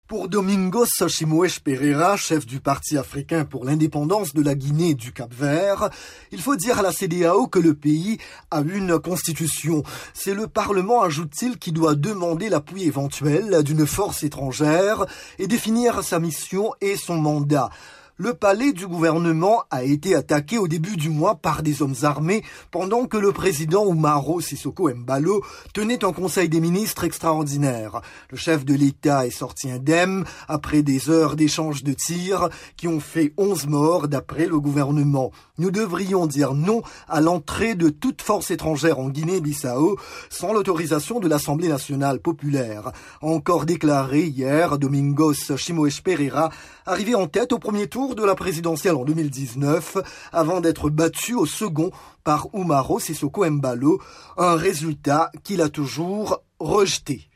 Pour Domingos Simoes Pereira, chef du Parti africain pour l'indépendance de la Guinée et du Cap-Vert, il faut dire à la CEDEAO que le pays a une constitution. C'est le Parlement, ajoute-t-il, qui doit demander l'appui éventuel d'une force étrangère et définir sa mission et son mandat. Le palais du gouvernement a été attaqué au début du mois par des hommes armés pendant que le président Umaro Sissoco Embalo tenait un conseil des ministres extraordinaire. Le chef de l'État est sorti indemne après des heures d'échanges de tirs qui ont fait 11 morts d'après le gouvernement. Nous devrions dire non à l'entrée de toute force étrangère en Guinée-Bissau sans l'autorisation de l'Assemblée nationale populaire, a encore déclaré hier Domingos Simoes Pereira, arrivé en tête au premier tour de la présidentielle en 2019 avant d'être battu au second par Umaro Sissoco Embalo, un résultat qu'il a toujours rejeté.